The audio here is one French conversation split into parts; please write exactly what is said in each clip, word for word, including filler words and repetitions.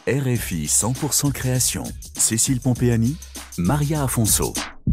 R F I cent pour cent création. Cécile Pompeani, Maria Afonso.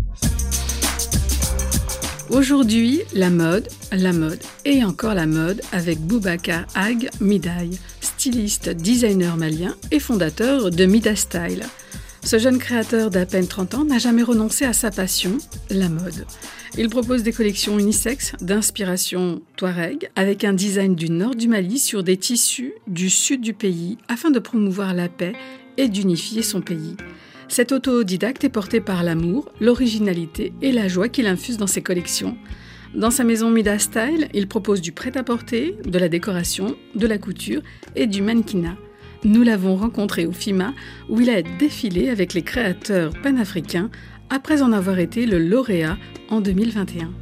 Aujourd'hui, la mode, la mode et encore la mode avec Boubacar Ag Midaye, styliste, designer malien et fondateur de Mida Style. Ce jeune créateur d'à peine trente ans n'a jamais renoncé à sa passion, la mode. Il propose des collections unisexes d'inspiration touareg avec un design du nord du Mali sur des tissus du sud du pays afin de promouvoir la paix et d'unifier son pays. Cet autodidacte est porté par l'amour, l'originalité et la joie qu'il infuse dans ses collections. Dans sa maison Mida Style, il propose du prêt-à-porter, de la décoration, de la couture et du mannequinat. Nous l'avons rencontré au FIMA où il a défilé avec les créateurs panafricains après en avoir été le lauréat en deux mille vingt et un.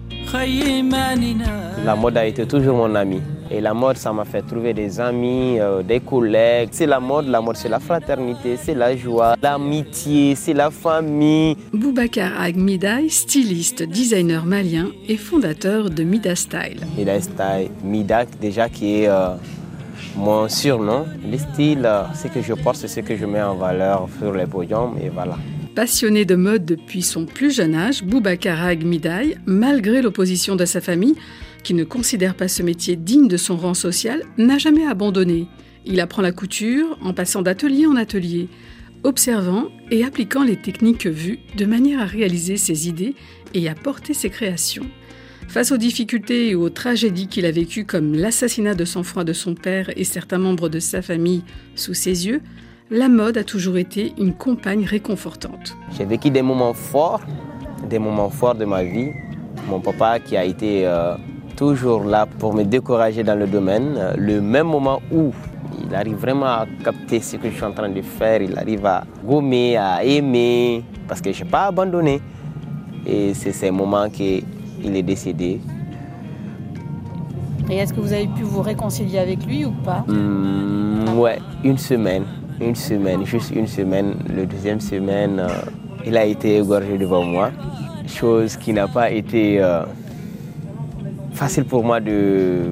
La mode a été toujours mon ami. Et la mode, ça m'a fait trouver des amis, euh, des collègues. C'est la mode, la mode, c'est la fraternité, c'est la joie, l'amitié, c'est la famille. Boubacar Ag Midaye, styliste, designer malien et fondateur de Mida Style. Mida Style, Mida déjà qui est euh, mon surnom. Le style, euh, ce que je porte, c'est ce que je mets en valeur sur les podiums et voilà. Passionné de mode depuis son plus jeune âge, Boubacar Ag Midaye, malgré l'opposition de sa famille, qui ne considère pas ce métier digne de son rang social, n'a jamais abandonné. Il apprend la couture en passant d'atelier en atelier, observant et appliquant les techniques vues de manière à réaliser ses idées et à porter ses créations. Face aux difficultés et aux tragédies qu'il a vécues comme l'assassinat de sang-froid de son père et certains membres de sa famille sous ses yeux, la mode a toujours été une compagne réconfortante. J'ai vécu des moments forts, des moments forts de ma vie. Mon papa qui a été euh, toujours là pour me décourager dans le domaine. Le même moment où il arrive vraiment à capter ce que je suis en train de faire, il arrive à gommer, à aimer, parce que je n'ai pas abandonné. Et c'est ces moments qu'il est décédé. Et est-ce que vous avez pu vous réconcilier avec lui ou pas? mmh, Ouais, une semaine. Une semaine, juste une semaine. La deuxième semaine, euh, il a été égorgé devant moi. Chose qui n'a pas été euh, facile pour moi de,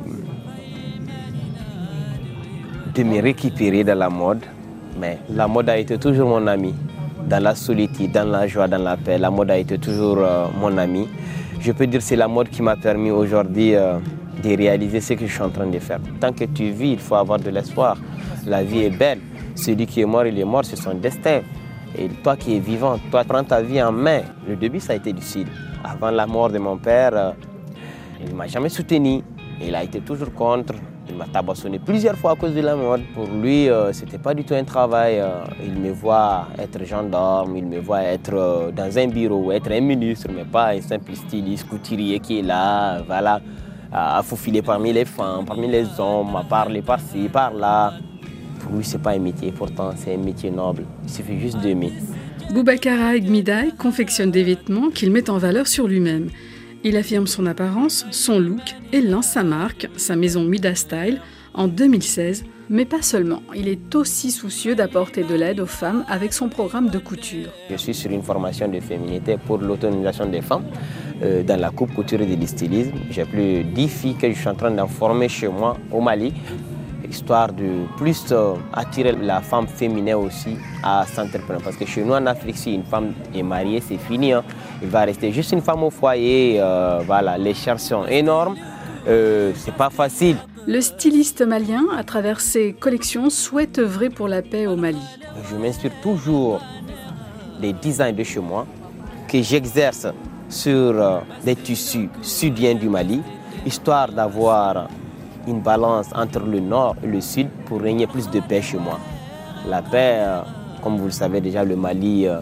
de me récupérer dans la mode. Mais la mode a été toujours mon ami. Dans la solitude, dans la joie, dans la paix, la mode a été toujours euh, mon ami. Je peux dire que c'est la mode qui m'a permis aujourd'hui euh, de réaliser ce que je suis en train de faire. Tant que tu vis, il faut avoir de l'espoir. La vie est belle. Celui qui est mort, il est mort, c'est son destin. Et toi qui es vivant, toi, prends ta vie en main. Le début, ça a été difficile. Avant la mort de mon père, euh, il ne m'a jamais soutenu. Il a été toujours contre. Il m'a tabassonné plusieurs fois à cause de la mode. Pour lui, euh, ce n'était pas du tout un travail. Euh, il me voit être gendarme, il me voit être euh, dans un bureau, être un ministre, mais pas un simple styliste couturier qui est là, voilà, à faufiler parmi les femmes, parmi les hommes, à parler par-ci, par-là. Pour lui, ce n'est pas un métier, pourtant c'est un métier noble. Il suffit juste d'aimer. Boubacar Ag Midaye confectionne des vêtements qu'il met en valeur sur lui-même. Il affirme son apparence, son look et lance sa marque, sa maison Mida Style, en deux mille seize. Mais pas seulement, il est aussi soucieux d'apporter de l'aide aux femmes avec son programme de couture. Je suis sur une formation de féminité pour l'autonomisation des femmes euh, dans la coupe, couture et de stylisme. J'ai plus de dix filles que je suis en train d'en former chez moi au Mali, histoire de plus euh, attirer la femme féminine aussi à s'entreprendre. Parce que chez nous en Afrique, si une femme est mariée, c'est fini. Hein. Il va rester juste une femme au foyer. Euh, voilà, les charges sont énormes. Euh, c'est pas facile. Le styliste malien, à travers ses collections, souhaite œuvrer pour la paix au Mali. Je m'inspire toujours des designs de chez moi que j'exerce sur euh, des tissus sudiens du Mali, histoire d'avoir une balance entre le nord et le sud pour régner plus de paix chez moi. La paix, euh, comme vous le savez déjà, le Mali euh,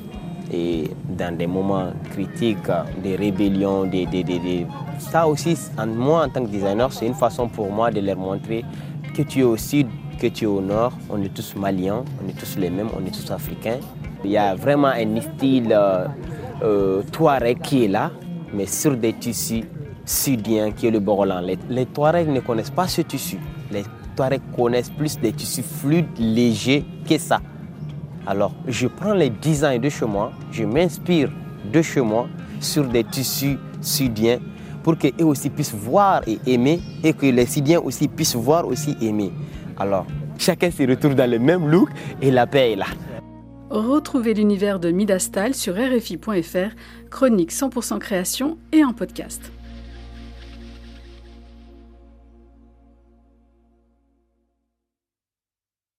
est dans des moments critiques, euh, des rébellions, des, des, des, des... ça aussi, en, moi en tant que designer, c'est une façon pour moi de leur montrer que tu es au sud, que tu es au nord, on est tous maliens, on est tous les mêmes, on est tous africains. Il y a vraiment un style euh, euh, touareg qui est là, mais sur des tissus sudien qui est le Borolan. Les, les Touaregs ne connaissent pas ce tissu. Les Touaregs connaissent plus des tissus fluides, légers que ça. Alors, je prends les designs de chez moi, je m'inspire de chez moi sur des tissus sudiens pour qu'eux aussi puissent voir et aimer et que les Sudiens aussi puissent voir aussi aimer. Alors, chacun se retrouve dans le même look et la paix est là. Retrouvez l'univers de Midas Style sur R F I point F R, chronique cent pour cent création et en podcast.